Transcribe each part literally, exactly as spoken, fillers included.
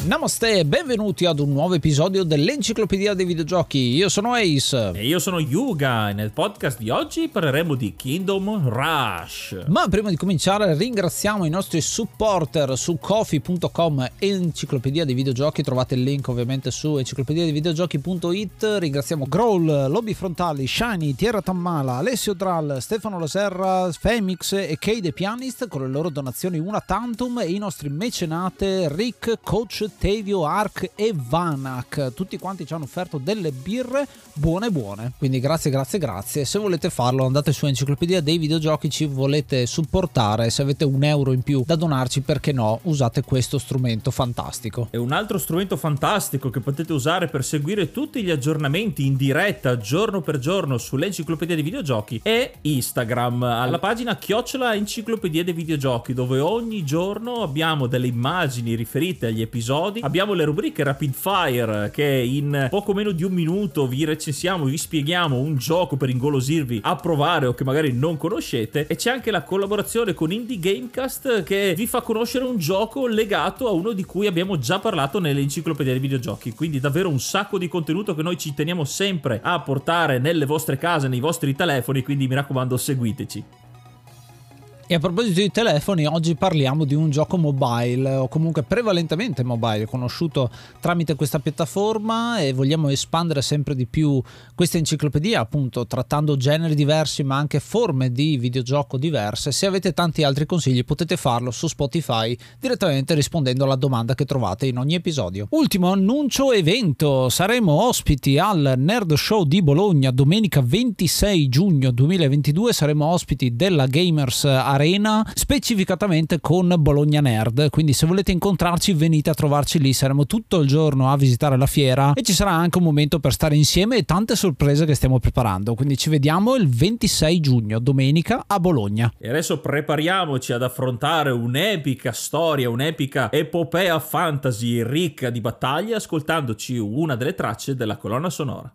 Namaste e benvenuti ad un nuovo episodio dell'Enciclopedia dei Videogiochi. Io sono Ace. E io sono Yuga e nel podcast di oggi parleremo di Kingdom Rush. Ma prima di cominciare ringraziamo i nostri supporter su coffee punto com Enciclopedia dei Videogiochi. Trovate il link ovviamente su enciclopedia dei videogiochi punto it. Ringraziamo Growl, Lobby Frontali, Shiny, Tierra Tammala, Alessio Drall, Stefano Laserra, Femix e Kay The Pianist con le loro donazioni una tantum, e i nostri mecenate Rick, Coach, Tevio, Ark e Vanak. Tutti quanti ci hanno offerto delle birre buone buone, quindi grazie grazie grazie. Se volete farlo andate su Enciclopedia dei Videogiochi, ci volete supportare, se avete un euro in più da donarci, perché no, usate questo strumento fantastico. E un altro strumento fantastico che potete usare per seguire tutti gli aggiornamenti in diretta giorno per giorno sull'Enciclopedia dei Videogiochi è Instagram, alla pagina chiocciola Enciclopedia dei Videogiochi, dove ogni giorno abbiamo delle immagini riferite agli episodi. Abbiamo le rubriche Rapid Fire che in poco meno di un minuto vi recensiamo, vi spieghiamo un gioco per ingolosirvi a provare o che magari non conoscete, e c'è anche la collaborazione con Indie Gamecast che vi fa conoscere un gioco legato a uno di cui abbiamo già parlato nell'Enciclopedia dei Videogiochi. Quindi davvero un sacco di contenuto che noi ci teniamo sempre a portare nelle vostre case, nei vostri telefoni, quindi mi raccomando seguiteci. E a proposito di telefoni, oggi parliamo di un gioco mobile, o comunque prevalentemente mobile, conosciuto tramite questa piattaforma, e vogliamo espandere sempre di più questa enciclopedia, appunto trattando generi diversi ma anche forme di videogioco diverse. Se avete tanti altri consigli potete farlo su Spotify direttamente rispondendo alla domanda che trovate in ogni episodio. Ultimo annuncio evento: saremo ospiti al Nerd Show di Bologna domenica ventisei giugno duemilaventidue. Saremo ospiti della Gamers Arena, specificatamente con Bologna Nerd, quindi se volete incontrarci venite a trovarci lì. Saremo tutto il giorno a visitare la fiera e ci sarà anche un momento per stare insieme e tante sorprese che stiamo preparando, quindi ci vediamo il ventisei giugno, domenica, a Bologna. E adesso prepariamoci ad affrontare un'epica storia, un'epica epopea fantasy ricca di battaglie, ascoltandoci una delle tracce della colonna sonora.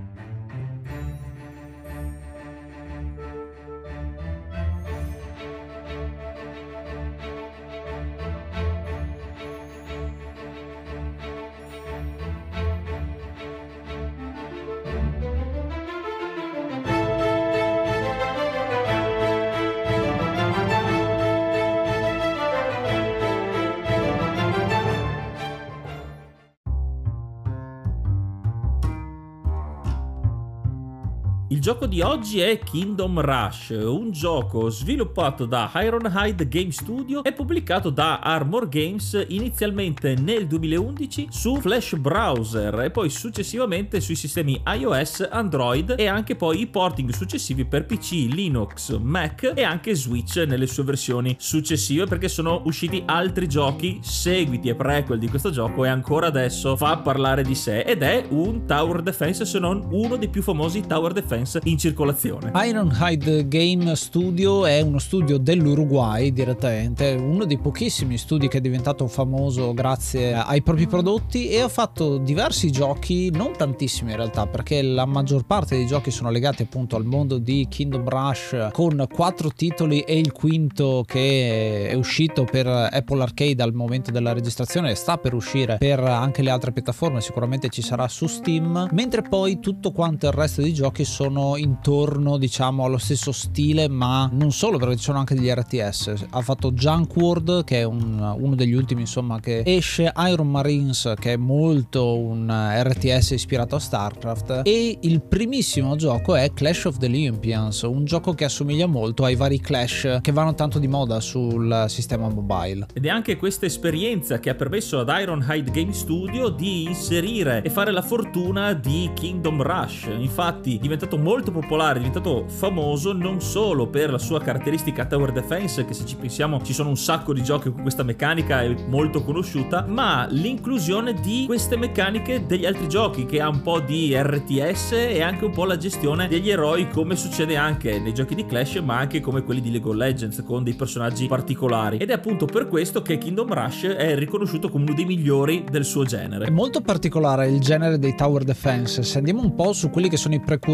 Il gioco di oggi è Kingdom Rush, un gioco sviluppato da Ironhide Game Studio e pubblicato da Armor Games inizialmente nel duemilaundici su Flash Browser e poi successivamente sui sistemi iOS, Android e anche poi i porting successivi per P C, Linux, Mac e anche Switch nelle sue versioni successive, perché sono usciti altri giochi, seguiti e prequel di questo gioco, e ancora adesso fa parlare di sé ed è un tower defense, se non uno dei più famosi tower defense in circolazione. Ironhide Game Studio è uno studio dell'Uruguay direttamente, uno dei pochissimi studi che è diventato famoso grazie ai propri prodotti, e ha fatto diversi giochi, non tantissimi in realtà, perché la maggior parte dei giochi sono legati appunto al mondo di Kingdom Rush, con quattro titoli e il quinto che è uscito per Apple Arcade al momento della registrazione e sta per uscire per anche le altre piattaforme, sicuramente ci sarà su Steam, mentre poi tutto quanto il resto dei giochi sono intorno diciamo allo stesso stile, ma non solo, perché ci sono anche degli R T S. Ha fatto Junk World, che è un, uno degli ultimi insomma che esce, Iron Marines, che è molto un R T S ispirato a StarCraft, e il primissimo gioco è Clash of the Olympians, un gioco che assomiglia molto ai vari Clash che vanno tanto di moda sul sistema mobile. Ed è anche questa esperienza che ha permesso ad Ironhide Game Studio di inserire e fare la fortuna di Kingdom Rush. Infatti è diventato molto popolare, è diventato famoso non solo per la sua caratteristica tower defense, che se ci pensiamo ci sono un sacco di giochi con questa meccanica, è molto conosciuta, ma l'inclusione di queste meccaniche degli altri giochi, che ha un po' di R T S e anche un po' la gestione degli eroi, come succede anche nei giochi di Clash, ma anche come quelli di League of Legends, con dei personaggi particolari. Ed è appunto per questo che Kingdom Rush è riconosciuto come uno dei migliori del suo genere. È molto particolare il genere dei tower defense. Se andiamo un po' su quelli che sono i precursori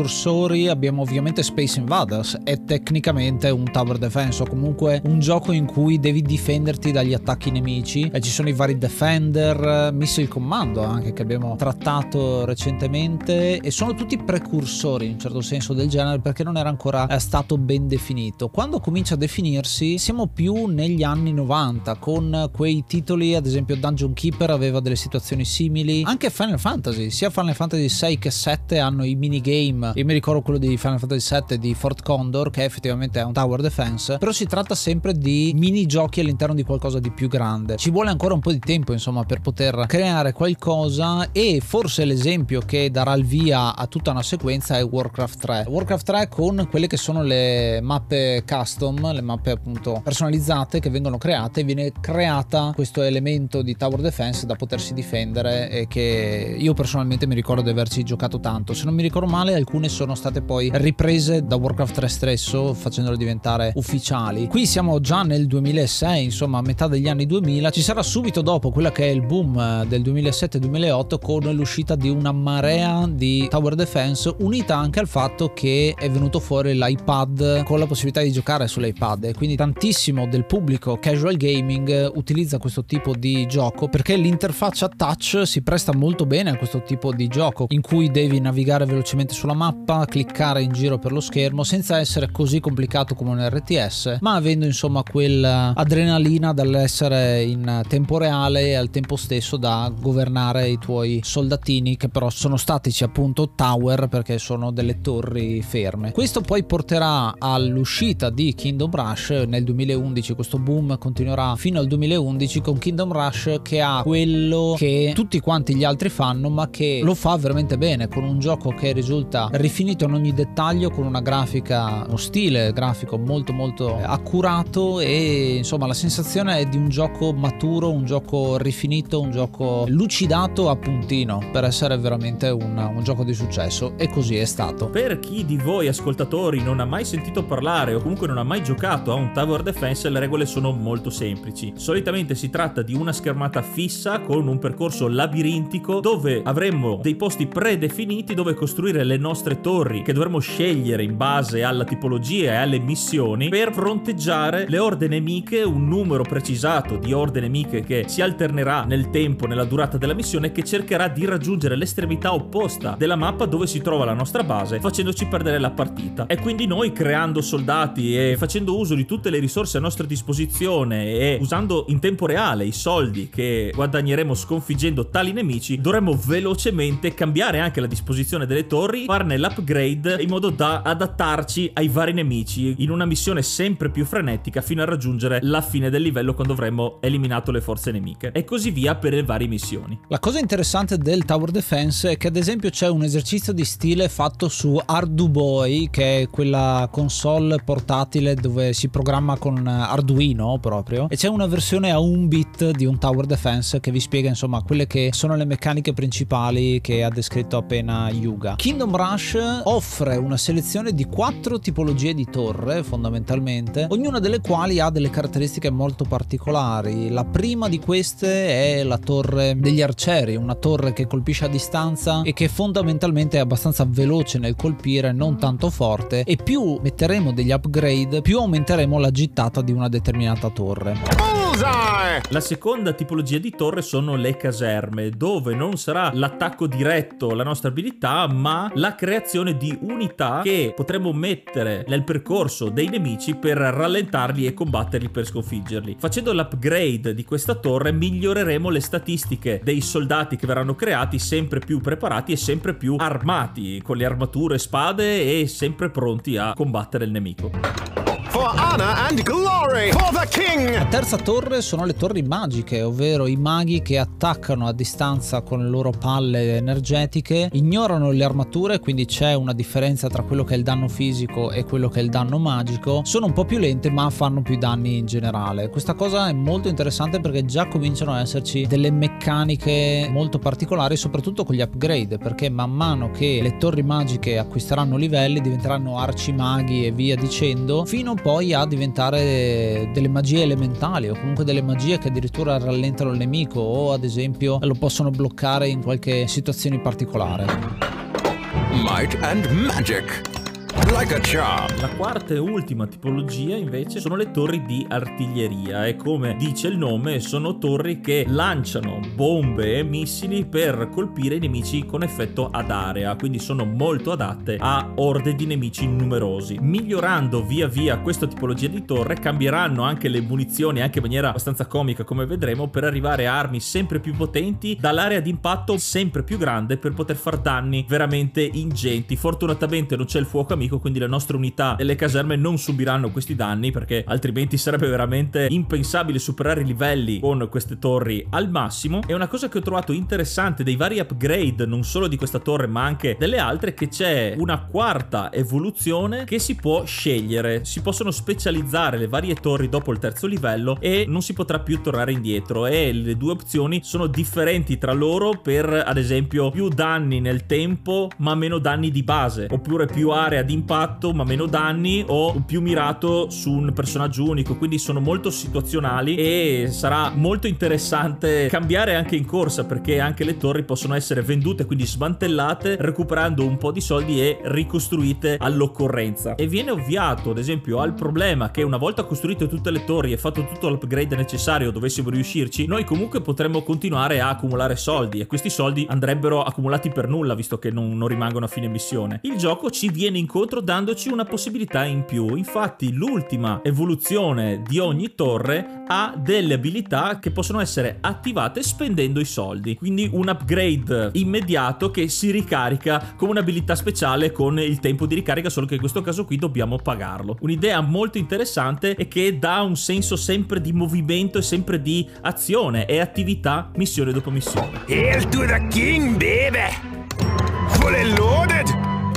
precursori abbiamo ovviamente Space Invaders, è tecnicamente un tower defense o comunque un gioco in cui devi difenderti dagli attacchi nemici, e ci sono i vari Defender, Missile Commando anche che abbiamo trattato recentemente, e sono tutti precursori in un certo senso del genere perché non era ancora stato ben definito. Quando comincia a definirsi siamo più negli anni novanta con quei titoli, ad esempio Dungeon Keeper aveva delle situazioni simili, anche Final Fantasy, sia Final Fantasy sei che sette hanno i minigame. Io mi ricordo quello di Final Fantasy sette di Fort Condor che effettivamente è un tower defense, però si tratta sempre di minigiochi all'interno di qualcosa di più grande. Ci vuole ancora un po' di tempo insomma per poter creare qualcosa, e forse l'esempio che darà il via a tutta una sequenza è Warcraft tre. Warcraft tre con quelle che sono le mappe custom, le mappe appunto personalizzate che vengono create, viene creata questo elemento di tower defense da potersi difendere, e che io personalmente mi ricordo di averci giocato tanto. Se non mi ricordo male alcune sono state poi riprese da Warcraft tre stesso facendole diventare ufficiali. Qui siamo già nel duemilasei, insomma a metà degli anni duemila. Ci sarà subito dopo quella che è il boom del duemilasette duemilaotto con l'uscita di una marea di tower defense, unita anche al fatto che è venuto fuori l'iPad con la possibilità di giocare sull'iPad, e quindi tantissimo del pubblico casual gaming utilizza questo tipo di gioco perché l'interfaccia touch si presta molto bene a questo tipo di gioco in cui devi navigare velocemente sulla mappa, cliccare in giro per lo schermo senza essere così complicato come un R T S, ma avendo insomma quell'adrenalina dall'essere in tempo reale e al tempo stesso da governare i tuoi soldatini, che però sono statici appunto tower perché sono delle torri ferme. Questo poi porterà all'uscita di Kingdom Rush nel duemilaundici. Questo boom continuerà fino al duemilaundici con Kingdom Rush che ha quello che tutti quanti gli altri fanno ma che lo fa veramente bene, con un gioco che risulta rifinito in ogni dettaglio, con una grafica, uno stile grafico molto molto accurato, e insomma la sensazione è di un gioco maturo, un gioco rifinito, un gioco lucidato a puntino per essere veramente un, un gioco di successo, e così è stato. Per chi di voi ascoltatori non ha mai sentito parlare o comunque non ha mai giocato a un tower defense, le regole sono molto semplici. Solitamente si tratta di una schermata fissa con un percorso labirintico dove avremo dei posti predefiniti dove costruire le nostre torri che dovremo scegliere in base alla tipologia e alle missioni per fronteggiare le orde nemiche, un numero precisato di orde nemiche che si alternerà nel tempo, nella durata della missione, che cercherà di raggiungere l'estremità opposta della mappa dove si trova la nostra base, facendoci perdere la partita. E quindi noi, creando soldati e facendo uso di tutte le risorse a nostra disposizione e usando in tempo reale i soldi che guadagneremo sconfiggendo tali nemici, dovremo velocemente cambiare anche la disposizione delle torri, farne l'upgrade in modo da adattarci ai vari nemici in una missione sempre più frenetica fino a raggiungere la fine del livello, quando avremo eliminato le forze nemiche, e così via per le varie missioni. La cosa interessante del tower defense è che ad esempio c'è un esercizio di stile fatto su Arduboy, che è quella console portatile dove si programma con Arduino proprio, e c'è una versione a un bit di un tower defense che vi spiega insomma quelle che sono le meccaniche principali che ha descritto appena Yuga. Kingdom Rush offre una selezione di quattro tipologie di torre fondamentalmente, ognuna delle quali ha delle caratteristiche molto particolari. La prima di queste è la torre degli arcieri, una torre che colpisce a distanza e che fondamentalmente è abbastanza veloce nel colpire, non tanto forte, e più metteremo degli upgrade più aumenteremo la gittata di una determinata torre. La seconda tipologia di torre sono le caserme, dove non sarà l'attacco diretto la nostra abilità, ma la creazione di unità che potremo mettere nel percorso dei nemici per rallentarli e combatterli per sconfiggerli. Facendo l'upgrade di questa torre miglioreremo le statistiche dei soldati che verranno creati, sempre più preparati e sempre più armati, con le armature, spade, e sempre pronti a combattere il nemico. For honor and glory for the king. La terza torre sono le torri magiche, ovvero i maghi che attaccano a distanza con le loro palle energetiche, ignorano le armature, quindi c'è una differenza tra quello che è il danno fisico e quello che è il danno magico. Sono un po' più lente ma fanno più danni in generale. Questa cosa è molto interessante perché già cominciano a esserci delle meccaniche molto particolari, soprattutto con gli upgrade, perché man mano che le torri magiche acquisteranno livelli diventeranno arcimaghi e via dicendo, fino poi a diventare delle magie elementali o comunque delle magie che addirittura rallentano il nemico o ad esempio lo possono bloccare in qualche situazione particolare. Might and magic. like a charm. La quarta e ultima tipologia invece sono le torri di artiglieria e come dice il nome sono torri che lanciano bombe e missili per colpire i nemici con effetto ad area, quindi sono molto adatte a orde di nemici numerosi. Migliorando via via questa tipologia di torre cambieranno anche le munizioni, anche in maniera abbastanza comica come vedremo, per arrivare a armi sempre più potenti dall'area di impatto sempre più grande per poter far danni veramente ingenti. Fortunatamente non c'è il fuoco amico, quindi le nostre unità delle caserme non subiranno questi danni, perché altrimenti sarebbe veramente impensabile superare i livelli con queste torri al massimo. E una cosa che ho trovato interessante dei vari upgrade, non solo di questa torre ma anche delle altre, che c'è una quarta evoluzione che si può scegliere. Si possono specializzare le varie torri dopo il terzo livello e non si potrà più tornare indietro, e le due opzioni sono differenti tra loro per, ad esempio, più danni nel tempo ma meno danni di base, oppure più area di impatto ma meno danni, o più mirato su un personaggio unico. Quindi sono molto situazionali e sarà molto interessante cambiare anche in corsa, perché anche le torri possono essere vendute, quindi smantellate, recuperando un po' di soldi e ricostruite all'occorrenza. E viene ovviato ad esempio al problema che una volta costruite tutte le torri e fatto tutto l'upgrade necessario, dovessimo riuscirci, noi comunque potremmo continuare a accumulare soldi, e questi soldi andrebbero accumulati per nulla visto che non, non rimangono a fine missione. Il gioco ci viene incontro dandoci una possibilità in più. Infatti l'ultima evoluzione di ogni torre ha delle abilità che possono essere attivate spendendo i soldi, quindi un upgrade immediato che si ricarica come un'abilità speciale con il tempo di ricarica, solo che in questo caso qui dobbiamo pagarlo. Un'idea molto interessante e che dà un senso sempre di movimento e sempre di azione e attività missione dopo missione. Hail to the king, baby! Fully loaded!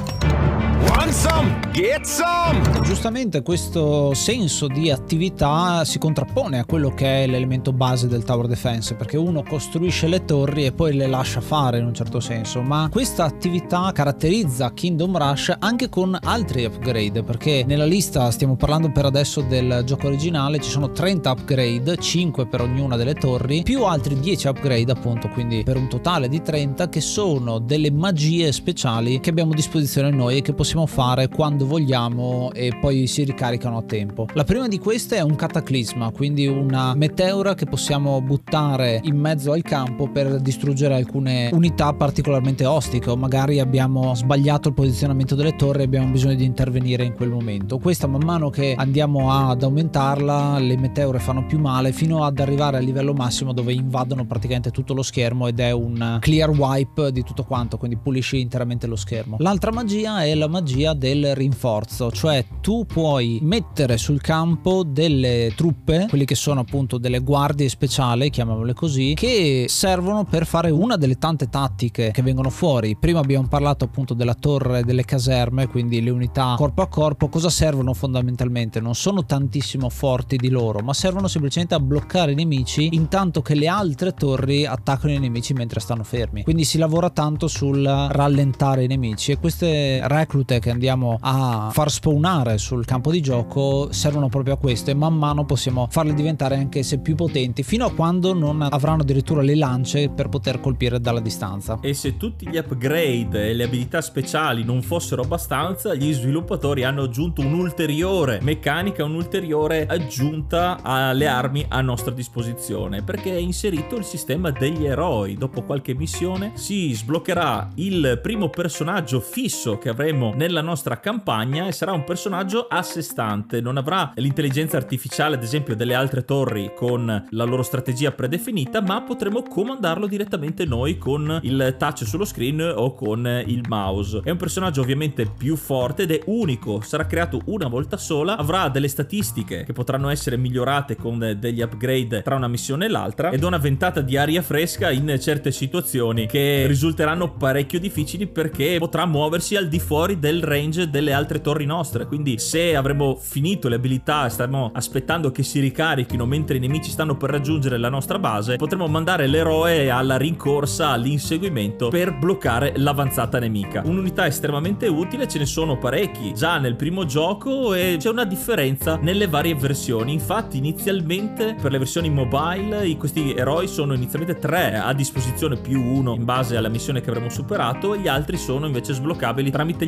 Want some? Get some! Giustamente questo senso di attività si contrappone a quello che è l'elemento base del tower defense, perché uno costruisce le torri e poi le lascia fare in un certo senso, ma questa attività caratterizza Kingdom Rush anche con altri upgrade, perché nella lista, stiamo parlando per adesso del gioco originale, ci sono trenta upgrade, cinque per ognuna delle torri, più altri dieci upgrade appunto, quindi per un totale di trenta, che sono delle magie speciali che abbiamo a disposizione noi e che possiamo fare quando vogliamo e poi si ricaricano a tempo. La prima di queste è un cataclisma, quindi una meteora che possiamo buttare in mezzo al campo per distruggere alcune unità particolarmente ostiche, o magari abbiamo sbagliato il posizionamento delle torri e abbiamo bisogno di intervenire in quel momento. Questa, man mano che andiamo ad aumentarla, le meteore fanno più male, fino ad arrivare al livello massimo dove invadono praticamente tutto lo schermo ed è un clear wipe di tutto quanto, quindi pulisci interamente lo schermo. L'altra magia è la magia del rinforzo, cioè tu puoi mettere sul campo delle truppe, quelli che sono appunto delle guardie speciali, chiamiamole così, che servono per fare una delle tante tattiche che vengono fuori. Prima abbiamo parlato appunto della torre delle caserme, quindi le unità corpo a corpo. Cosa servono fondamentalmente? Non sono tantissimo forti di loro, ma servono semplicemente a bloccare i nemici intanto che le altre torri attaccano i nemici mentre stanno fermi. Quindi si lavora tanto sul rallentare i nemici, e queste reclute che andiamo a far spawnare sul campo di gioco servono proprio a questo, e man mano possiamo farle diventare anche se più potenti, fino a quando non avranno addirittura le lance per poter colpire dalla distanza. E se tutti gli upgrade e le abilità speciali non fossero abbastanza, gli sviluppatori hanno aggiunto un'ulteriore meccanica, un'ulteriore aggiunta alle armi a nostra disposizione, perché è inserito il sistema degli eroi. Dopo qualche missione si sbloccherà il primo personaggio fisso che avremo nella nostra campagna, e sarà un personaggio a sé stante, non avrà l'intelligenza artificiale ad esempio delle altre torri con la loro strategia predefinita, ma potremo comandarlo direttamente noi con il touch sullo screen o con il mouse. È un personaggio ovviamente più forte ed è unico, sarà creato una volta sola, avrà delle statistiche che potranno essere migliorate con degli upgrade tra una missione e l'altra, ed una ventata di aria fresca in certe situazioni che risulteranno parecchio difficili, perché potrà muoversi al di fuori del range delle altre torri nostre. Quindi se avremo finito le abilità e stiamo aspettando che si ricarichino mentre i nemici stanno per raggiungere la nostra base, potremo mandare l'eroe alla rincorsa, all'inseguimento per bloccare l'avanzata nemica. Un'unità estremamente utile, ce ne sono parecchi già nel primo gioco e c'è una differenza nelle varie versioni. Infatti inizialmente per le versioni mobile questi eroi sono inizialmente tre a disposizione più uno in base alla missione che avremo superato, e gli altri sono invece sbloccabili tramite gli acquisti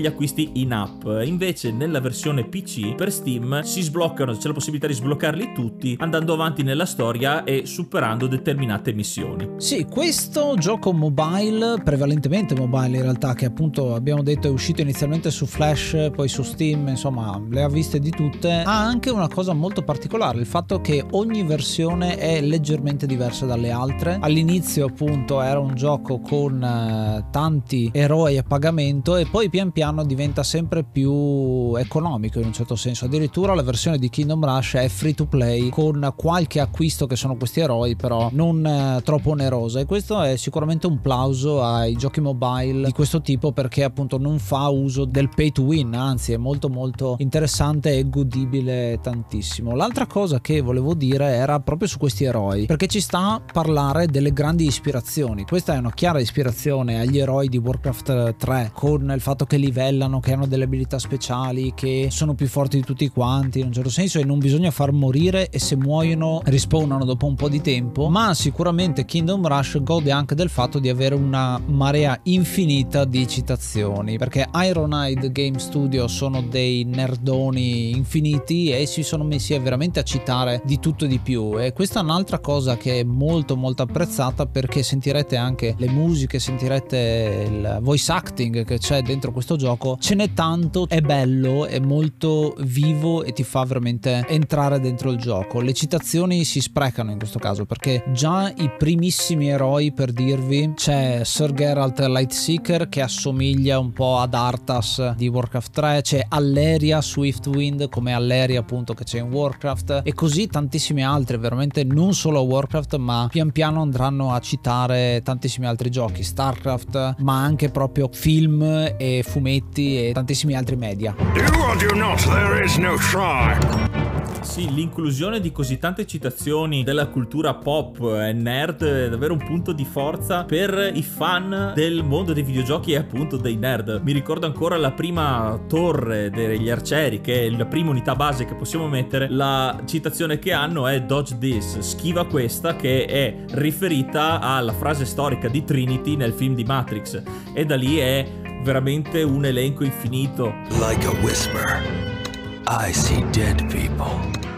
eroi in app. Invece nella versione P C per Steam si sbloccano, c'è la possibilità di sbloccarli tutti andando avanti nella storia e superando determinate missioni. Sì, questo gioco mobile, prevalentemente mobile in realtà, che appunto abbiamo detto è uscito inizialmente su Flash, poi su Steam, insomma le ha viste di tutte, ha anche una cosa molto particolare, il fatto che ogni versione è leggermente diversa dalle altre. All'inizio appunto era un gioco con eh, tanti eroi a pagamento e poi pian piano diventa sempre più economico in un certo senso, addirittura la versione di Kingdom Rush è free to play con qualche acquisto che sono questi eroi, però non eh, troppo onerosa, e questo è sicuramente un plauso ai giochi mobile di questo tipo, perché appunto non fa uso del pay to win, anzi è molto molto interessante e godibile tantissimo. L'altra cosa che volevo dire era proprio su questi eroi, perché ci sta a parlare delle grandi ispirazioni. Questa è una chiara ispirazione agli eroi di Warcraft tre, con il fatto che livellano, che hanno delle abilità speciali, che sono più forti di tutti quanti in un certo senso e non bisogna far morire, e se muoiono rispawnano dopo un po' di tempo. Ma sicuramente Kingdom Rush gode anche del fatto di avere una marea infinita di citazioni, perché Ironhide Game Studio sono dei nerdoni infiniti e si sono messi veramente a citare di tutto e di più, e questa è un'altra cosa che è molto molto apprezzata, perché sentirete anche le musiche, sentirete il voice acting che c'è dentro questo gioco, ce n'è tanto, è bello, è molto vivo e ti fa veramente entrare dentro il gioco. Le citazioni si sprecano in questo caso, perché già i primissimi eroi, per dirvi, c'è Sir Geralt Lightseeker che assomiglia un po' ad Arthas di Warcraft tre, c'è Alleria Swiftwind come Alleria appunto che c'è in Warcraft, e così tantissimi altri, veramente non solo a Warcraft, ma pian piano andranno a citare tantissimi altri giochi, Starcraft, ma anche proprio film e fumetti e tantissimi altri media. Do or do not, there is no try. Sì, l'inclusione di così tante citazioni della cultura pop e nerd è davvero un punto di forza per i fan del mondo dei videogiochi e appunto dei nerd. Mi ricordo ancora la prima torre degli arcieri, che è la prima unità base che possiamo mettere, la citazione che hanno è "Dodge this", schiva questa, che è riferita alla frase storica di Trinity nel film di Matrix, e da lì è veramente un elenco infinito. Like a whisper, I see dead people,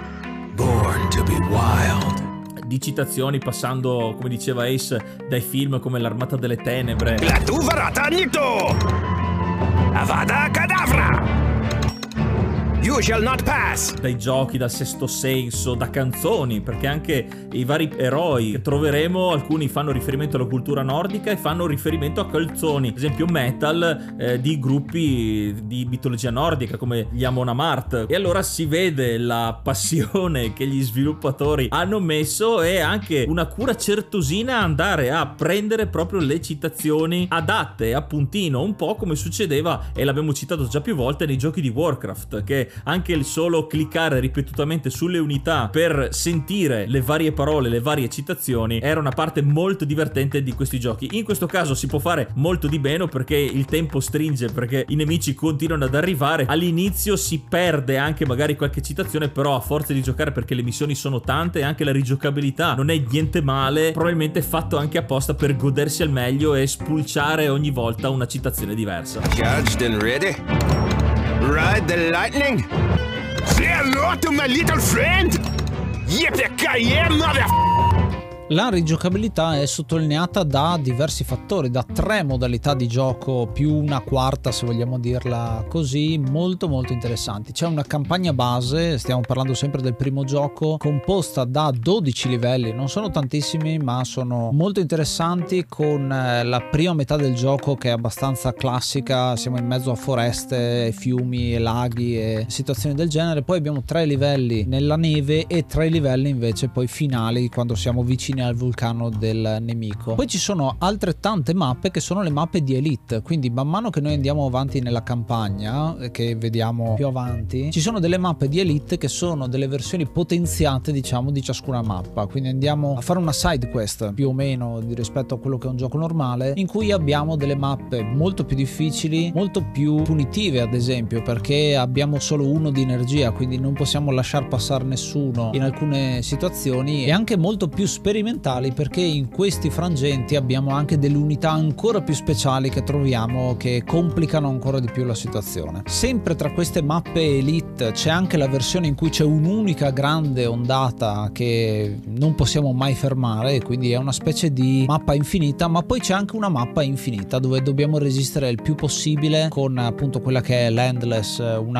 born to be wild. Di citazioni, passando, come diceva Ace, dai film come L'Armata delle Tenebre, La Tuvara Tagnito! Avada Kedavra! You shall not pass! dai giochi, dal Sesto Senso, da canzoni, perché anche i vari eroi che troveremo, alcuni fanno riferimento alla cultura nordica e fanno riferimento a canzoni, ad esempio metal eh, di gruppi di mitologia nordica come gli Amon Amarth, e allora si vede la passione che gli sviluppatori hanno messo e anche una cura certosina a andare a prendere proprio le citazioni adatte a puntino, un po' come succedeva, e l'abbiamo citato già più volte, nei giochi di Warcraft, che anche il solo cliccare ripetutamente sulle unità per sentire le varie parole, le varie citazioni, era una parte molto divertente di questi giochi. In questo caso si può fare molto di meno perché il tempo stringe, perché i nemici continuano ad arrivare, all'inizio si perde anche magari qualche citazione, però a forza di giocare, perché le missioni sono tante e anche la rigiocabilità non è niente male, probabilmente è fatto anche apposta per godersi al meglio e spulciare ogni volta una citazione diversa. Judged and ready? Ride the lightning? Say hello to my little friend? Yippee-ki-yay, mother... La rigiocabilità è sottolineata da diversi fattori, da tre modalità di gioco più una quarta, se vogliamo dirla così, molto molto interessanti. C'è una campagna base, stiamo parlando sempre del primo gioco, composta da dodici livelli, non sono tantissimi ma sono molto interessanti, con la prima metà del gioco che è abbastanza classica, siamo in mezzo a foreste, fiumi e laghi e situazioni del genere. Poi abbiamo tre livelli nella neve e tre livelli invece poi finali quando siamo vicini al vulcano del nemico. Poi ci sono altrettante mappe che sono le mappe di Elite, quindi man mano che noi andiamo avanti nella campagna, che vediamo più avanti, ci sono delle mappe di Elite che sono delle versioni potenziate, diciamo, di ciascuna mappa. Quindi andiamo a fare una side quest più o meno rispetto a quello che è un gioco normale, in cui abbiamo delle mappe molto più difficili, molto più punitive, ad esempio perché abbiamo solo uno di energia, quindi non possiamo lasciar passare nessuno in alcune situazioni, e anche molto più sperimentali sperimentali perché in questi frangenti abbiamo anche delle unità ancora più speciali che troviamo che complicano ancora di più la situazione. Sempre tra queste mappe Elite c'è anche la versione in cui c'è un'unica grande ondata che non possiamo mai fermare, quindi è una specie di mappa infinita, ma poi c'è anche una mappa infinita dove dobbiamo resistere il più possibile con appunto quella che è l'Endless,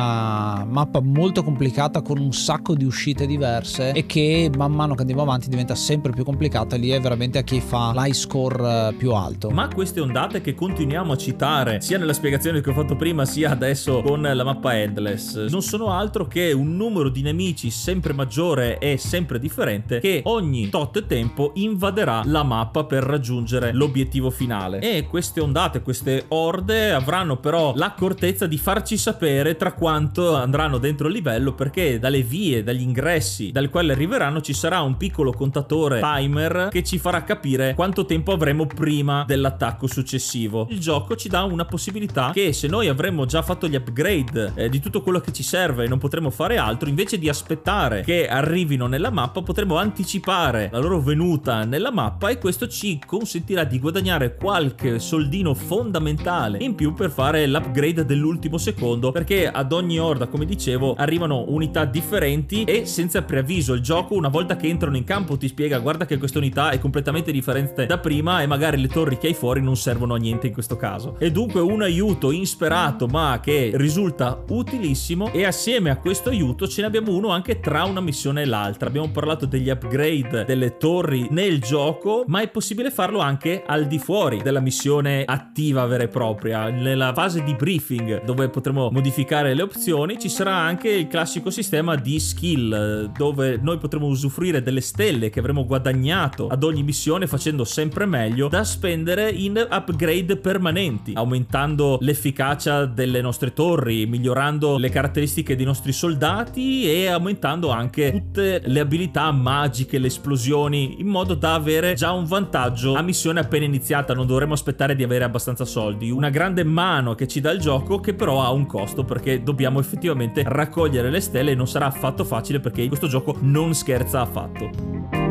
una mappa molto complicata con un sacco di uscite diverse e che man mano che andiamo avanti diventa sempre più complicata. Lì è veramente a chi fa l'high score più alto. Ma queste ondate che continuiamo a citare sia nella spiegazione che ho fatto prima sia adesso con la mappa Endless non sono altro che un numero di nemici sempre maggiore e sempre differente che ogni tot tempo invaderà la mappa per raggiungere l'obiettivo finale. E queste ondate, queste orde avranno però l'accortezza di farci sapere tra quanto andranno dentro il livello, perché dalle vie, dagli ingressi dal quale arriveranno ci sarà un piccolo contatore timer che ci farà capire quanto tempo avremo prima dell'attacco successivo. Il gioco ci dà una possibilità che se noi avremmo già fatto gli upgrade eh, di tutto quello che ci serve e non potremo fare altro, invece di aspettare che arrivino nella mappa potremo anticipare la loro venuta nella mappa e questo ci consentirà di guadagnare qualche soldino fondamentale in più per fare l'upgrade dell'ultimo secondo, perché ad ogni orda, come dicevo, arrivano unità differenti e senza preavviso. Il gioco una volta che entrano in campo ti spiega: guarda che questa unità è completamente differente da prima e magari le torri che hai fuori non servono a niente in questo caso. E dunque un aiuto insperato ma che risulta utilissimo, e assieme a questo aiuto ce ne abbiamo uno anche tra una missione e l'altra. Abbiamo parlato degli upgrade delle torri nel gioco, ma è possibile farlo anche al di fuori della missione attiva vera e propria. Nella fase di briefing, dove potremo modificare le opzioni, ci sarà anche il classico sistema di skill, dove noi potremo usufruire delle stelle che avremo guadagnato ad ogni missione facendo sempre meglio, da spendere in upgrade permanenti, aumentando l'efficacia delle nostre torri, migliorando le caratteristiche dei nostri soldati e aumentando anche tutte le abilità magiche, le esplosioni, in modo da avere già un vantaggio a missione appena iniziata. Non dovremo aspettare di avere abbastanza soldi. Una grande mano che ci dà il gioco, che però ha un costo, perché dobbiamo effettivamente raccogliere le stelle e non sarà affatto facile, perché questo gioco non scherza affatto.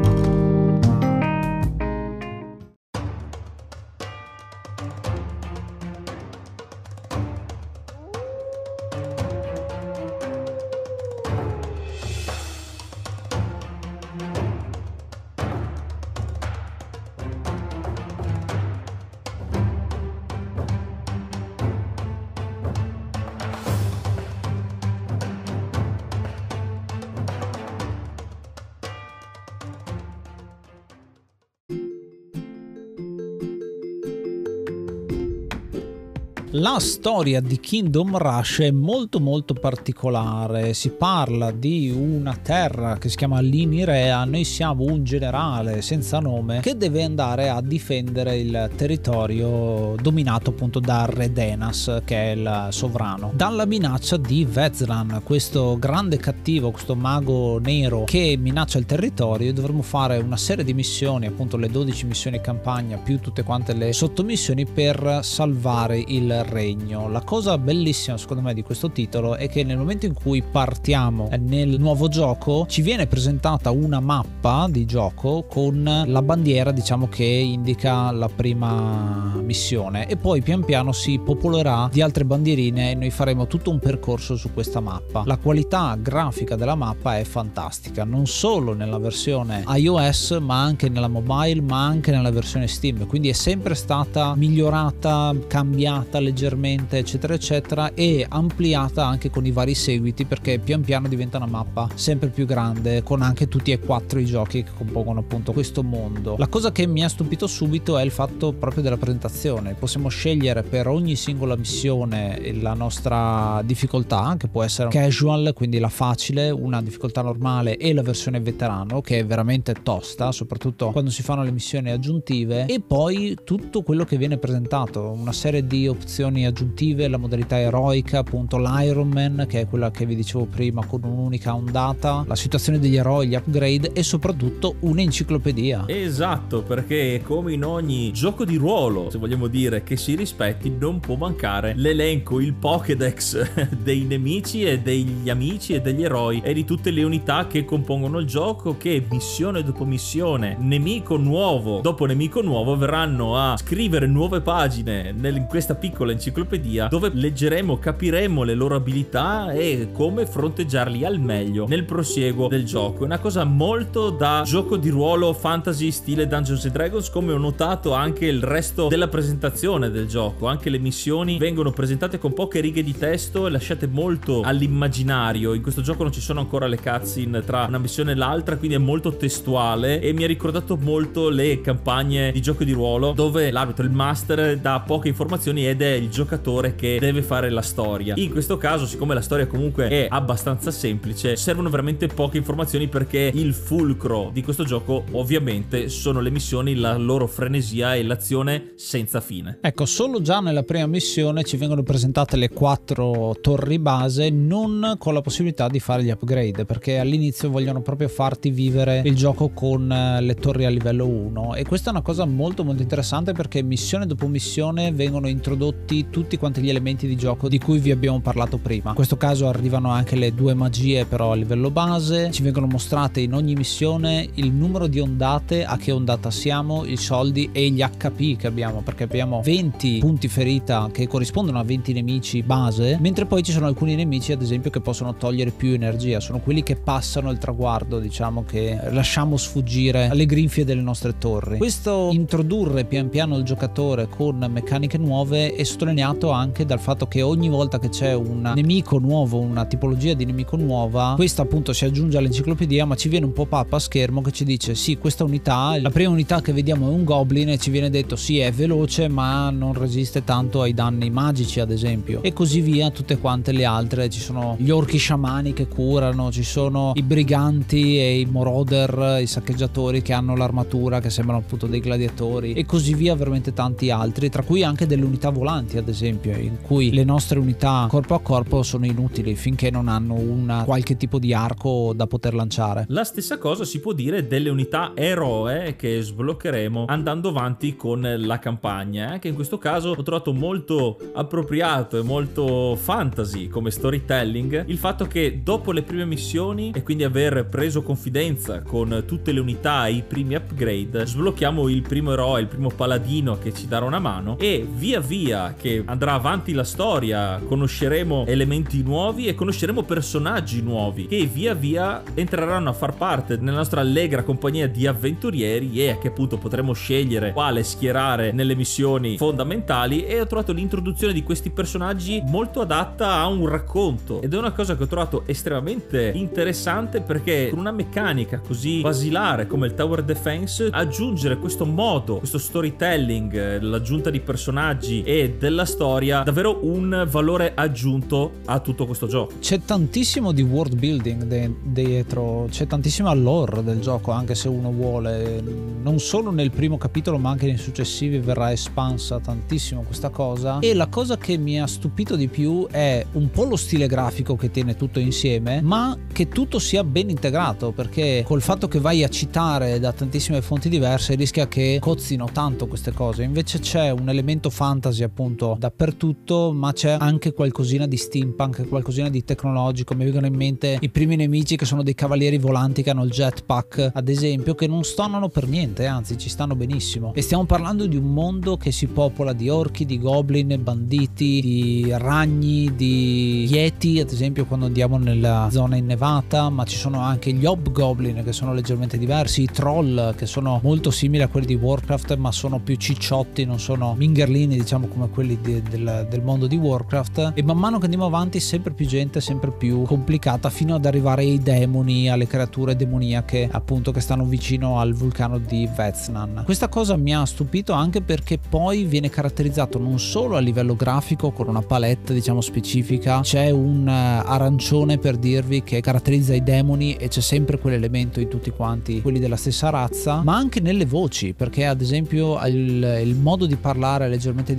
La storia di Kingdom Rush è molto molto particolare. Si parla di una terra che si chiama Limirea. Noi siamo un generale senza nome che deve andare a difendere il territorio dominato appunto da Redenas, che è il sovrano, dalla minaccia di Vezran, questo grande cattivo, questo mago nero che minaccia il territorio. Dovremo fare una serie di missioni, appunto le dodici missioni campagna più tutte quante le sottomissioni, per salvare il regno. La cosa bellissima secondo me di questo titolo è che nel momento in cui partiamo nel nuovo gioco ci viene presentata una mappa di gioco con la bandiera, diciamo, che indica la prima missione, e poi pian piano si popolerà di altre bandierine e noi faremo tutto un percorso su questa mappa. La qualità grafica della mappa è fantastica, non solo nella versione iOS ma anche nella mobile, ma anche nella versione Steam, quindi è sempre stata migliorata, cambiata leggermente, eccetera eccetera, e ampliata anche con i vari seguiti, perché pian piano diventa una mappa sempre più grande, con anche tutti e quattro i giochi che compongono appunto questo mondo. La cosa che mi ha stupito subito è il fatto proprio della presentazione. Possiamo scegliere per ogni singola missione la nostra difficoltà, che può essere casual, quindi la facile, una difficoltà normale e la versione veterano, che è veramente tosta, soprattutto quando si fanno le missioni aggiuntive, e poi tutto quello che viene presentato, una serie di opzioni funzioni aggiuntive, la modalità eroica, appunto l'Iron Man, che è quella che vi dicevo prima con un'unica ondata, la situazione degli eroi, gli upgrade e soprattutto un'enciclopedia. Esatto, perché come in ogni gioco di ruolo, se vogliamo dire che si rispetti, non può mancare l'elenco, il Pokédex dei nemici e degli amici e degli eroi e di tutte le unità che compongono il gioco, che missione dopo missione, nemico nuovo dopo nemico nuovo verranno a scrivere nuove pagine nel, in questa piccola enciclopedia, dove leggeremo, capiremo le loro abilità e come fronteggiarli al meglio nel prosieguo del gioco. È una cosa molto da gioco di ruolo fantasy stile Dungeons and Dragons, come ho notato anche il resto della presentazione del gioco. Anche le missioni vengono presentate con poche righe di testo e lasciate molto all'immaginario. In questo gioco non ci sono ancora le cutscene tra una missione e l'altra, quindi è molto testuale e mi ha ricordato molto le campagne di gioco di ruolo dove l'arbitro, il master, dà poche informazioni ed è il giocatore che deve fare la storia. In questo caso, siccome la storia comunque è abbastanza semplice, servono veramente poche informazioni, perché il fulcro di questo gioco ovviamente sono le missioni, la loro frenesia e l'azione senza fine. Ecco, solo già nella prima missione ci vengono presentate le quattro torri base, non con la possibilità di fare gli upgrade, perché all'inizio vogliono proprio farti vivere il gioco con le torri a livello uno, e questa è una cosa molto molto interessante, perché missione dopo missione vengono introdotti tutti quanti gli elementi di gioco di cui vi abbiamo parlato prima. In questo caso arrivano anche le due magie però a livello base, ci vengono mostrate in ogni missione il numero di ondate, a che ondata siamo, i soldi e gli H P che abbiamo, perché abbiamo venti punti ferita che corrispondono a venti nemici base, mentre poi ci sono alcuni nemici ad esempio che possono togliere più energia, sono quelli che passano il traguardo, diciamo, che lasciamo sfuggire alle grinfie delle nostre torri. Questo introdurre pian piano il giocatore con meccaniche nuove è sottolineato anche dal fatto che ogni volta che c'è un nemico nuovo, una tipologia di nemico nuova, questa appunto si aggiunge all'enciclopedia, ma ci viene un pop-up a schermo che ci dice sì, questa unità, la prima unità che vediamo è un goblin, e ci viene detto sì, è veloce ma non resiste tanto ai danni magici ad esempio, e così via tutte quante le altre. Ci sono gli orchi sciamani che curano, ci sono i briganti e i moroder, i saccheggiatori che hanno l'armatura che sembrano appunto dei gladiatori, e così via, veramente tanti altri, tra cui anche delle unità volanti ad esempio, in cui le nostre unità corpo a corpo sono inutili finché non hanno una qualche tipo di arco da poter lanciare. La stessa cosa si può dire delle unità eroe che sbloccheremo andando avanti con la campagna. Anche in questo caso ho trovato molto appropriato e molto fantasy come storytelling il fatto che dopo le prime missioni, e quindi aver preso confidenza con tutte le unità e i primi upgrade, sblocchiamo il primo eroe, il primo paladino che ci darà una mano, e via via che andrà avanti la storia conosceremo elementi nuovi e conosceremo personaggi nuovi che via via entreranno a far parte nella nostra allegra compagnia di avventurieri, e a che punto potremo scegliere quale schierare nelle missioni fondamentali. E ho trovato l'introduzione di questi personaggi molto adatta a un racconto, ed è una cosa che ho trovato estremamente interessante, perché con una meccanica così basilare come il tower defense aggiungere questo modo, questo storytelling, l'aggiunta di personaggi e della storia, davvero un valore aggiunto a tutto questo gioco. C'è tantissimo di world building de- dietro, c'è tantissima lore del gioco, anche se uno vuole, non solo nel primo capitolo ma anche nei successivi verrà espansa tantissimo questa cosa. E la cosa che mi ha stupito di più è un po' lo stile grafico che tiene tutto insieme, ma che tutto sia ben integrato, perché col fatto che vai a citare da tantissime fonti diverse rischia che cozzino tanto queste cose. Invece c'è un elemento fantasy appunto dappertutto, ma c'è anche qualcosina di steampunk, qualcosina di tecnologico. Mi vengono in mente i primi nemici che sono dei cavalieri volanti che hanno il jetpack ad esempio, che non stonano per niente, anzi ci stanno benissimo. E stiamo parlando di un mondo che si popola di orchi, di goblin, banditi, di ragni, di yeti ad esempio quando andiamo nella zona innevata, ma ci sono anche gli hobgoblin che sono leggermente diversi, i troll che sono molto simili a quelli di Warcraft ma sono più cicciotti, non sono mingerlini diciamo come quelli di, del, del mondo di Warcraft. E man mano che andiamo avanti sempre più gente, sempre più complicata, fino ad arrivare ai demoni, alle creature demoniache appunto che stanno vicino al vulcano di Veznan. Questa cosa mi ha stupito anche perché poi viene caratterizzato non solo a livello grafico con una palette diciamo specifica, c'è un arancione per dirvi che caratterizza i demoni e c'è sempre quell'elemento in tutti quanti quelli della stessa razza, ma anche nelle voci, perché ad esempio il, il modo di parlare è leggermente differente,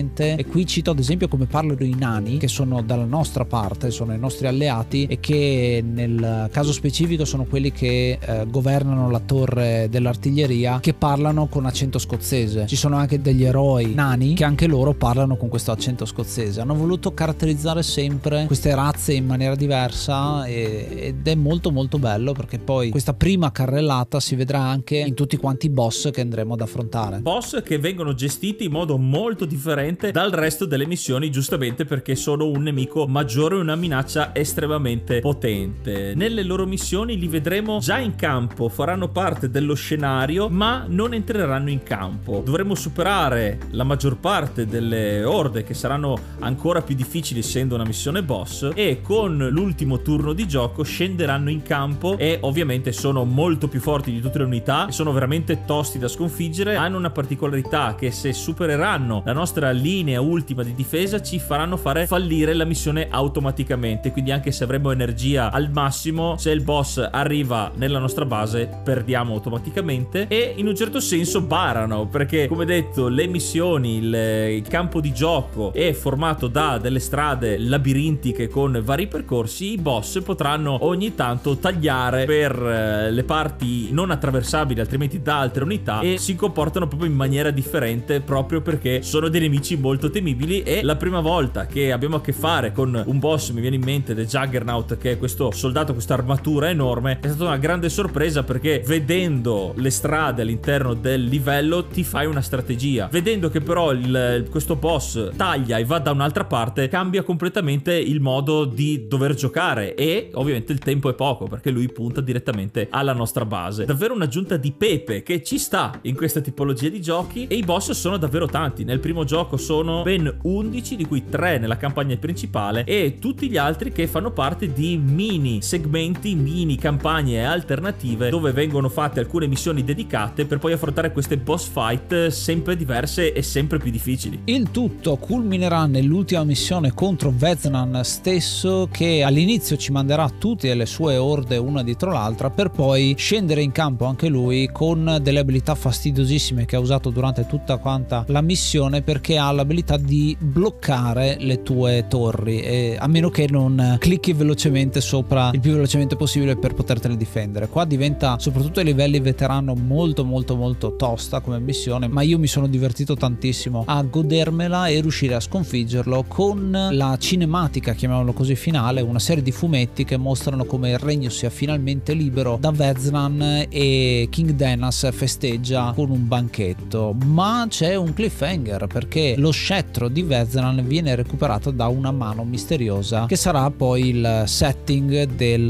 divertente. E qui cito ad esempio come parlano i nani, che sono dalla nostra parte, sono i nostri alleati, e che nel caso specifico sono quelli che eh, governano la torre dell'artiglieria, che parlano con accento scozzese. Ci sono anche degli eroi nani che anche loro parlano con questo accento scozzese. Hanno voluto caratterizzare sempre queste razze in maniera diversa e, ed è molto molto bello, perché poi questa prima carrellata si vedrà anche in tutti quanti i boss che andremo ad affrontare. Boss che vengono gestiti in modo molto differente dal resto delle missioni, giustamente perché sono un nemico maggiore e una minaccia estremamente potente. Nelle loro missioni li vedremo già in campo, faranno parte dello scenario ma non entreranno in campo. Dovremo superare la maggior parte delle orde, che saranno ancora più difficili essendo una missione boss, e con l'ultimo turno di gioco scenderanno in campo e ovviamente sono molto più forti di tutte le unità e sono veramente tosti da sconfiggere. Hanno una particolarità, che se supereranno la nostra linea ultima di difesa ci faranno fare fallire la missione automaticamente, quindi anche se avremo energia al massimo, se il boss arriva nella nostra base perdiamo automaticamente. E in un certo senso barano, perché come detto le missioni, il, il campo di gioco è formato da delle strade labirintiche con vari percorsi. I boss potranno ogni tanto tagliare per eh, le parti non attraversabili altrimenti da altre unità, e si comportano proprio in maniera differente, proprio perché sono dei nemici molto temibili. E la prima volta che abbiamo a che fare con un boss, mi viene in mente The Juggernaut, che è questo soldato, questa armatura enorme, è stata una grande sorpresa, perché vedendo le strade all'interno del livello ti fai una strategia, vedendo che però il, questo boss taglia e va da un'altra parte cambia completamente il modo di dover giocare, e ovviamente il tempo è poco perché lui punta direttamente alla nostra base. Davvero un'aggiunta di pepe che ci sta in questa tipologia di giochi. E i boss sono davvero tanti. Nel primo gioco sono ben undici, di cui tre nella campagna principale e tutti gli altri che fanno parte di mini segmenti, mini campagne alternative, dove vengono fatte alcune missioni dedicate per poi affrontare queste boss fight sempre diverse e sempre più difficili. Il tutto culminerà nell'ultima missione contro Veznan stesso, che all'inizio ci manderà tutte le sue orde una dietro l'altra, per poi scendere in campo anche lui con delle abilità fastidiosissime che ha usato durante tutta quanta la missione, perché ha l'abilità di bloccare le tue torri, e a meno che non clicchi velocemente sopra il più velocemente possibile per potertene difendere. Qua diventa, soprattutto ai livelli veterano, molto molto molto tosta come missione, ma io mi sono divertito tantissimo a godermela e riuscire a sconfiggerlo con la cinematica, chiamiamolo così, finale, una serie di fumetti che mostrano come il regno sia finalmente libero da Veznan e King Denas festeggia con un banchetto. Ma c'è un cliffhanger, perché lo scettro di Veznan viene recuperato da una mano misteriosa, che sarà poi il setting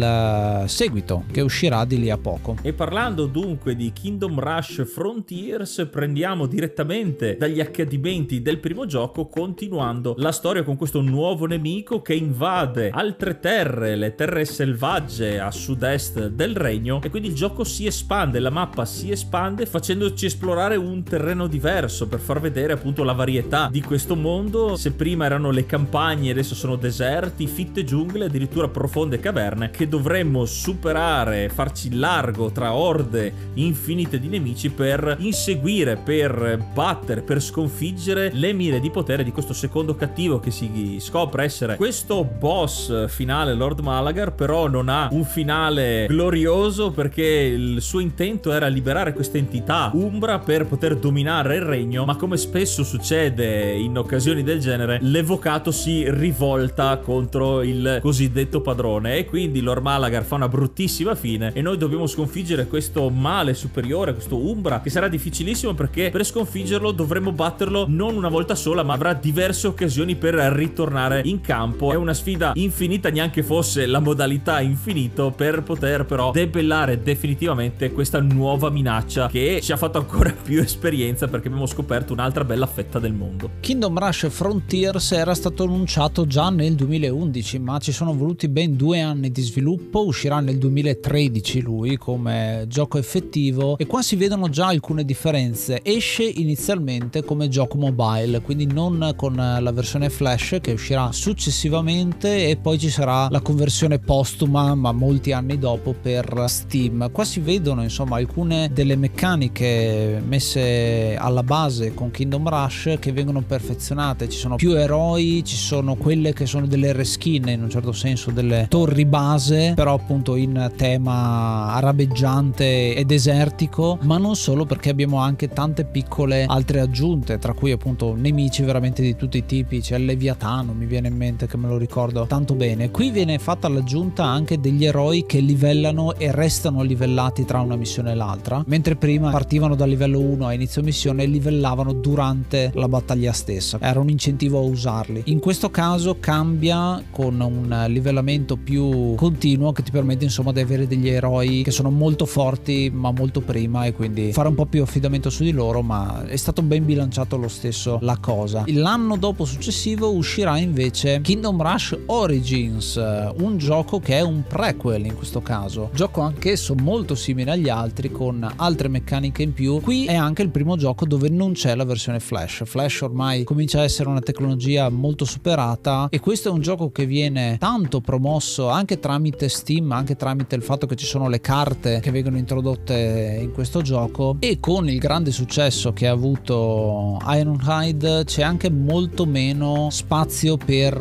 del seguito che uscirà di lì a poco. E parlando dunque di Kingdom Rush Frontiers, prendiamo direttamente dagli accadimenti del primo gioco, continuando la storia con questo nuovo nemico che invade altre terre, le terre selvagge a sud-est del regno, e quindi il gioco si espande, la mappa si espande facendoci esplorare un terreno diverso per far vedere appunto la varietà di questo mondo. Se prima erano le campagne, adesso sono deserti, fitte giungle, addirittura profonde caverne che dovremmo superare, farci largo tra orde infinite di nemici per inseguire, per battere, per sconfiggere le mire di potere di questo secondo cattivo, che si scopre essere questo boss finale, Lord Malagar. Però non ha un finale glorioso, perché il suo intento era liberare questa entità umbra per poter dominare il regno, ma come spesso succede in occasioni del genere, l'evocato si rivolta contro il cosiddetto padrone, e quindi Lord Malagar fa una bruttissima fine e noi dobbiamo sconfiggere questo male superiore, questo umbra, che sarà difficilissimo, perché per sconfiggerlo dovremo batterlo non una volta sola, ma avrà diverse occasioni per ritornare in campo. È una sfida infinita, neanche fosse la modalità infinito, per poter però debellare definitivamente questa nuova minaccia che ci ha fatto ancora più esperienza, perché abbiamo scoperto un'altra bella fetta del mondo. Kingdom Rush Frontiers era stato annunciato già nel duemilaundici, ma ci sono voluti ben due anni di sviluppo. Uscirà nel duemilatredici lui come gioco effettivo, e qua si vedono già alcune differenze. Esce inizialmente come gioco mobile, quindi non con la versione flash che uscirà successivamente, e poi ci sarà la conversione postuma ma molti anni dopo per Steam. Qua si vedono insomma alcune delle meccaniche messe alla base con Kingdom Rush che vengono vengono perfezionate, ci sono più eroi, ci sono quelle che sono delle reskin, in un certo senso delle torri base, però appunto in tema arabeggiante e desertico, ma non solo, perché abbiamo anche tante piccole altre aggiunte, tra cui appunto nemici veramente di tutti i tipi. C'è il Leviatano, mi viene in mente, che me lo ricordo tanto bene. Qui viene fatta l'aggiunta anche degli eroi che livellano e restano livellati tra una missione e l'altra, mentre prima partivano dal livello uno a inizio missione e livellavano durante la battaglia stessa, era un incentivo a usarli. In questo caso cambia con un livellamento più continuo che ti permette insomma di avere degli eroi che sono molto forti ma molto prima, e quindi fare un po' più affidamento su di loro, ma è stato ben bilanciato lo stesso la cosa. L'anno dopo successivo uscirà invece Kingdom Rush Origins, un gioco che è un prequel in questo caso, gioco anch'esso molto simile agli altri con altre meccaniche in più. Qui è anche il primo gioco dove non c'è la versione Flash. Flash ormai comincia a essere una tecnologia molto superata, e questo è un gioco che viene tanto promosso anche tramite Steam, anche tramite il fatto che ci sono le carte che vengono introdotte in questo gioco, e con il grande successo che ha avuto Ironhide c'è anche molto meno spazio per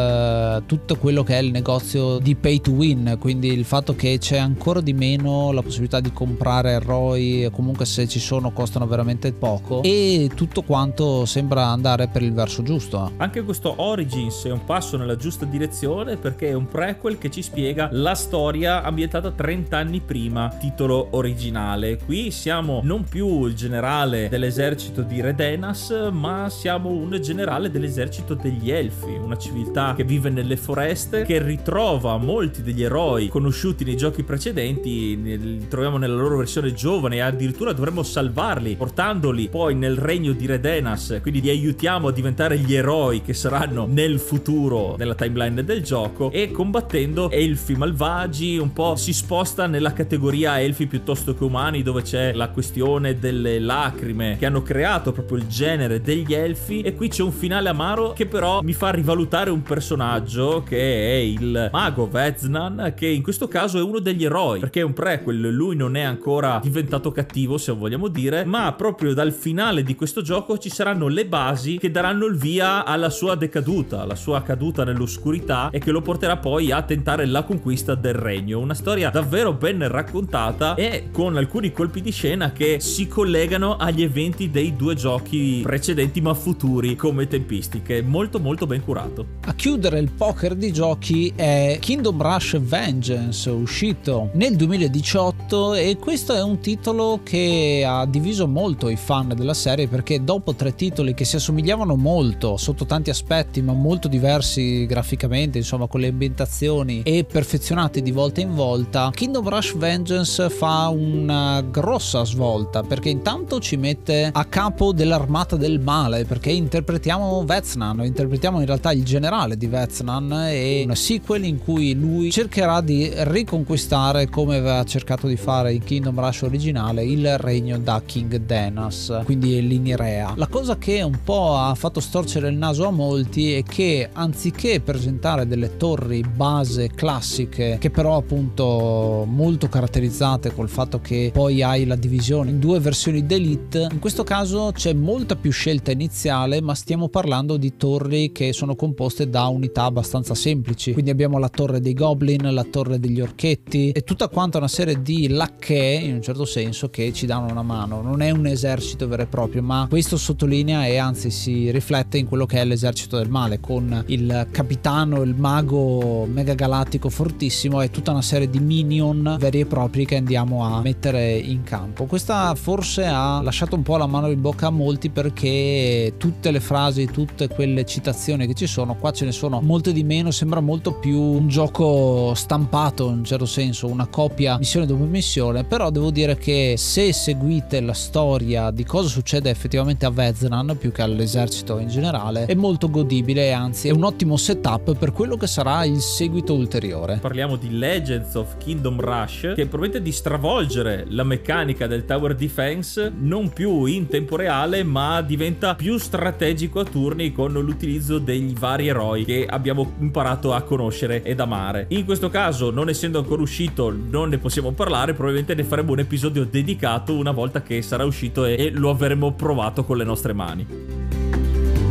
uh, tutto quello che è il negozio di pay to win, quindi il fatto che c'è ancora di meno la possibilità di comprare eroi, comunque se ci sono costano veramente poco, e tutto quanto sembra andare per il verso giusto. Anche questo Origins è un passo nella giusta direzione, perché è un prequel che ci spiega la storia ambientata trenta anni prima, titolo originale. Qui siamo non più il generale dell'esercito di Redenas, ma siamo un generale dell'esercito degli Elfi, una civiltà che vive nelle foreste, che ritrova molti degli eroi conosciuti nei giochi precedenti, li troviamo nella loro versione giovane, e addirittura dovremmo salvarli portandoli poi nel regno di Redenas, quindi li aiutiamo a diventare gli eroi che saranno nel futuro nella timeline del gioco, e combattendo elfi malvagi un po' si sposta nella categoria elfi piuttosto che umani, dove c'è la questione delle lacrime che hanno creato proprio il genere degli elfi. E qui c'è un finale amaro che però mi fa rivalutare un personaggio che è il mago Veznan, che in questo caso è uno degli eroi, perché è un prequel, lui non è ancora diventato cattivo se vogliamo dire, ma proprio dal finale di questo gioco ci saranno le basi che daranno il via alla sua decaduta, alla sua caduta nell'oscurità, e che lo porterà poi a tentare la conquista del regno. Una storia davvero ben raccontata e con alcuni colpi di scena che si collegano agli eventi dei due giochi precedenti ma futuri come tempistiche. Molto molto ben curato. A chiudere il poker di giochi è Kingdom Rush Vengeance, uscito nel duemiladiciotto, e questo è un titolo che ha diviso molto i fan della serie, perché dopo tre titoli che si assomigliavano molto sotto tanti aspetti ma molto diversi graficamente, insomma con le ambientazioni, e perfezionati di volta in volta, Kingdom Rush Vengeance fa una grossa svolta, perché intanto ci mette a capo dell'armata del male, perché interpretiamo Veznan, interpretiamo in realtà il generale di Veznan, e un sequel in cui lui cercherà di riconquistare, come aveva cercato di fare in Kingdom Rush originale, il regno da King Denas, quindi l'Inirea. La cosa che un po' ha fatto storcere il naso a molti è che anziché presentare delle torri base classiche, che però appunto molto caratterizzate col fatto che poi hai la divisione in due versioni d'elite, in questo caso c'è molta più scelta iniziale, ma stiamo parlando di torri che sono composte da unità abbastanza semplici, quindi abbiamo la torre dei goblin, la torre degli orchetti e tutta quanta una serie di lacchè in un certo senso che ci danno una mano. Non è un esercito vero e proprio, ma questo sottolinea e anzi si riflette in quello che è l'esercito del male, con il capitano, il mago mega galattico fortissimo e tutta una serie di minion veri e propri che andiamo a mettere in campo. Questa forse ha lasciato un po' la mano in bocca a molti, perché tutte le frasi, tutte quelle citazioni che ci sono qua ce ne sono molte di meno, sembra molto più un gioco stampato in un certo senso, una copia missione dopo missione. Però devo dire che se seguite la storia di cosa succede effettivamente a Veznan più che all'esercito in generale, è molto godibile e anzi è un ottimo setup per quello che sarà il seguito ulteriore. Parliamo di Legends of Kingdom Rush, che promette di stravolgere la meccanica del tower defense, non più in tempo reale ma diventa più strategico a turni con l'utilizzo dei vari eroi che abbiamo imparato a conoscere ed amare. In questo caso, non essendo ancora uscito, non ne possiamo parlare, probabilmente ne faremo un episodio dedicato una volta che sarà uscito e lo avremo provato con le nostre mani.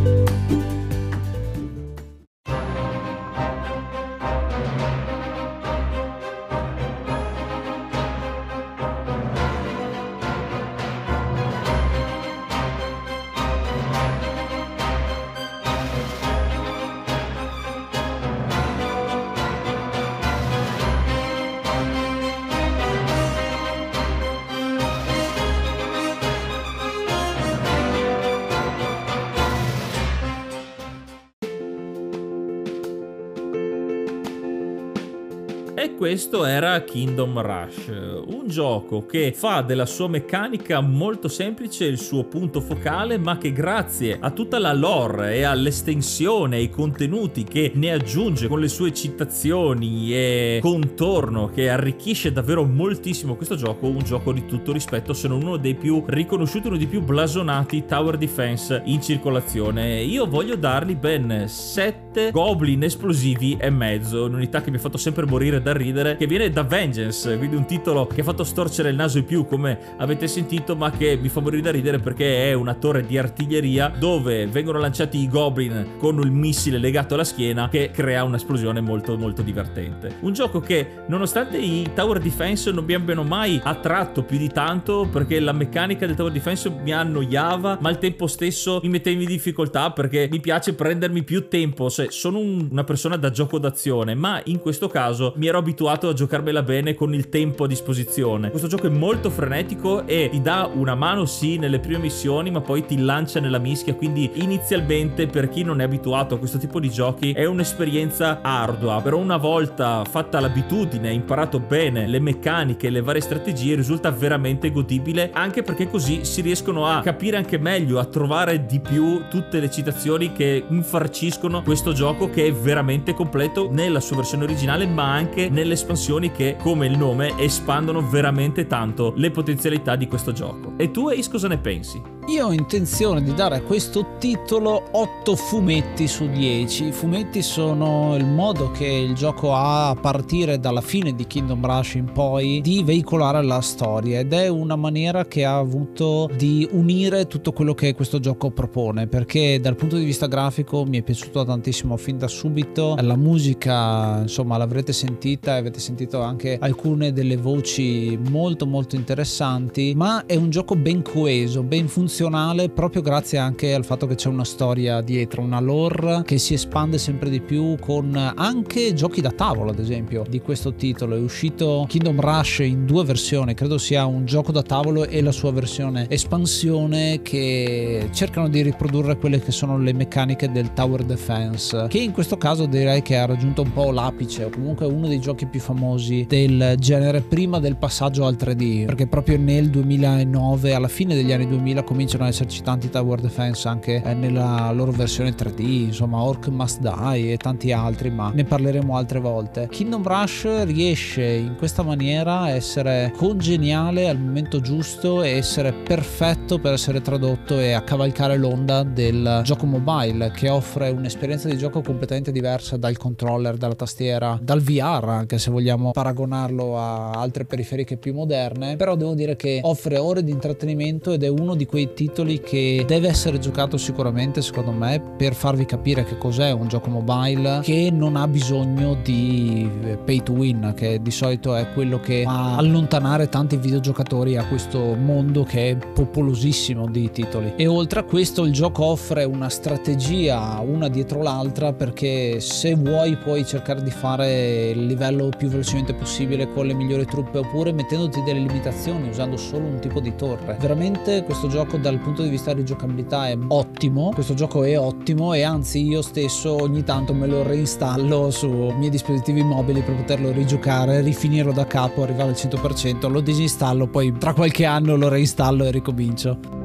E questo era Kingdom Rush, un gioco che fa della sua meccanica molto semplice il suo punto focale, ma che grazie a tutta la lore e all'estensione e ai contenuti che ne aggiunge con le sue citazioni e contorno, che arricchisce davvero moltissimo questo gioco, un gioco di tutto rispetto, se non uno dei più riconosciuti, uno dei più blasonati tower defense in circolazione. Io voglio dargli ben sette goblin esplosivi e mezzo, un'unità che mi ha fatto sempre morire da ridere, che viene da Vengeance, quindi un titolo che ha fatto storcere il naso in più, come avete sentito, ma che mi fa morire da ridere perché è una torre di artiglieria dove vengono lanciati i goblin con il missile legato alla schiena, che crea un'esplosione molto molto divertente. Un gioco che, nonostante i tower defense non mi abbiano mai attratto più di tanto, perché la meccanica del tower defense mi annoiava, ma al tempo stesso mi metteva in difficoltà perché mi piace prendermi più tempo, se sono un, una persona da gioco d'azione, ma in questo caso mi ero abituato a giocarmela bene con il tempo a disposizione. Questo gioco è molto frenetico e ti dà una mano sì nelle prime missioni, ma poi ti lancia nella mischia, quindi inizialmente per chi non è abituato a questo tipo di giochi è un'esperienza ardua, però una volta fatta l'abitudine, imparato bene le meccaniche, le varie strategie, risulta veramente godibile, anche perché così si riescono a capire anche meglio, a trovare di più tutte le citazioni che infarciscono questo gioco, che è veramente completo nella sua versione originale, ma anche nelle espansioni che, come il nome, espandono veramente tanto le potenzialità di questo gioco. E tu, Ace, cosa ne pensi? Io ho intenzione di dare a questo titolo otto fumetti su dieci. I fumetti sono il modo che il gioco ha, a partire dalla fine di Kingdom Rush in poi, di veicolare la storia, ed è una maniera che ha avuto di unire tutto quello che questo gioco propone, perché dal punto di vista grafico mi è piaciuto tantissimo fin da subito. La musica, insomma, l'avrete sentita e avete sentito anche alcune delle voci molto molto interessanti, ma è un gioco ben coeso, ben funzionale, proprio grazie anche al fatto che c'è una storia dietro, una lore che si espande sempre di più, con anche giochi da tavolo. Ad esempio, di questo titolo è uscito Kingdom Rush in due versioni, credo sia un gioco da tavolo e la sua versione espansione, che cercano di riprodurre quelle che sono le meccaniche del tower defense, che in questo caso direi che ha raggiunto un po' l'apice, o comunque uno dei giochi più famosi del genere prima del passaggio al tre D, perché proprio nel duemilanove, alla fine degli anni duemila, cominciano ad esserci tanti tower defense anche nella loro versione tre D, insomma Orc Must Die e tanti altri, ma ne parleremo altre volte. Kingdom Rush riesce in questa maniera a essere congeniale al momento giusto e essere perfetto per essere tradotto e a cavalcare l'onda del gioco mobile, che offre un'esperienza di gioco completamente diversa dal controller, dalla tastiera, dal V R, anche se vogliamo paragonarlo a altre periferiche più moderne. Però devo dire che offre ore di intrattenimento ed è uno di quei titoli che deve essere giocato sicuramente, secondo me, per farvi capire che cos'è un gioco mobile che non ha bisogno di pay to win, che di solito è quello che fa allontanare tanti videogiocatori a questo mondo che è popolosissimo di titoli. E oltre a questo il gioco offre una strategia una dietro l'altra, perché se vuoi puoi cercare di fare il livello più velocemente possibile con le migliori truppe, oppure mettendoti delle limitazioni usando solo un tipo di torre. Veramente questo gioco dal punto di vista di giocabilità è ottimo, questo gioco è ottimo, e anzi io stesso ogni tanto me lo reinstallo su miei dispositivi mobili per poterlo rigiocare, rifinirlo da capo, arrivare al cento per cento, lo disinstallo, poi tra qualche anno lo reinstallo e ricomincio.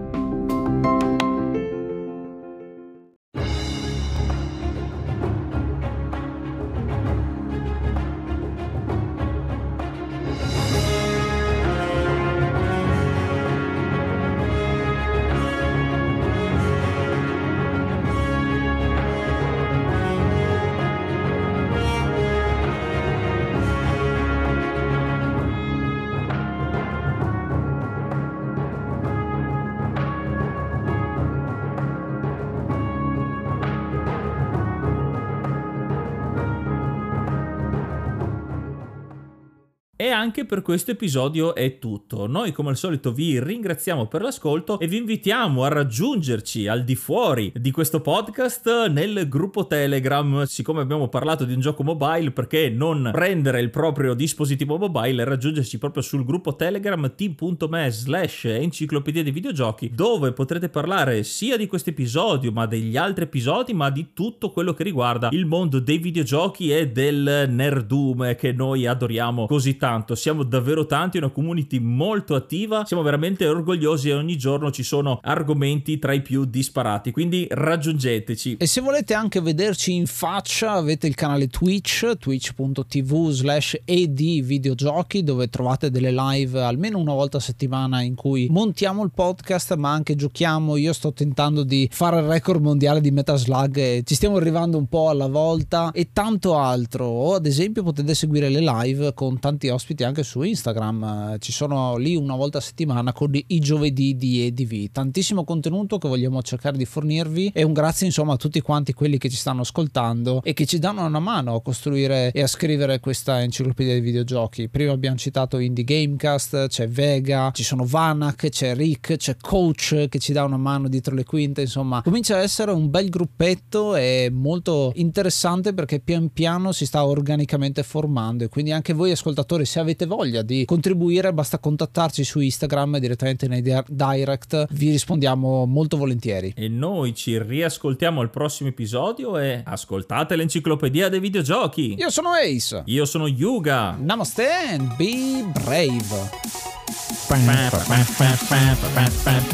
E anche per questo episodio è tutto. Noi come al solito vi ringraziamo per l'ascolto e vi invitiamo a raggiungerci al di fuori di questo podcast nel gruppo Telegram. Siccome abbiamo parlato di un gioco mobile, perché non prendere il proprio dispositivo mobile e raggiungerci proprio sul gruppo Telegram t.me slash enciclopedia dei videogiochi, dove potrete parlare sia di questo episodio ma degli altri episodi, ma di tutto quello che riguarda il mondo dei videogiochi e del nerdume che noi adoriamo così tanto. Siamo davvero tanti, una community molto attiva, siamo veramente orgogliosi e ogni giorno ci sono argomenti tra i più disparati, quindi raggiungeteci. E se volete anche vederci in faccia avete il canale Twitch, twitch.tv slash ed videogiochi, dove trovate delle live almeno una volta a settimana in cui montiamo il podcast ma anche giochiamo. Io sto tentando di fare il record mondiale di Metal Slug e ci stiamo arrivando un po' alla volta, e tanto altro. O ad esempio potete seguire le live con tanti ospiti anche su Instagram, ci sono lì una volta a settimana con i giovedì di E D V. Tantissimo contenuto che vogliamo cercare di fornirvi, e un grazie insomma a tutti quanti quelli che ci stanno ascoltando e che ci danno una mano a costruire e a scrivere questa enciclopedia dei videogiochi. Prima abbiamo citato Indie Gamecast, c'è Vega, ci sono Vanak, c'è Rick, c'è Coach che ci dà una mano dietro le quinte. Insomma, comincia a essere un bel gruppetto e molto interessante, perché pian piano si sta organicamente formando. E quindi anche voi ascoltatori, se avete voglia di contribuire, basta contattarci su Instagram direttamente nei direct, vi rispondiamo molto volentieri. E noi ci riascoltiamo al prossimo episodio e ascoltate l'enciclopedia dei videogiochi. Io sono Ace. Io sono Yuga. Namaste and be brave.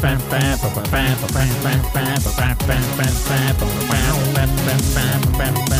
Bam, bam, bam, bam, bam, bam, bam, bam, bam, bam, bam, bam, bam, bam, bam, bam,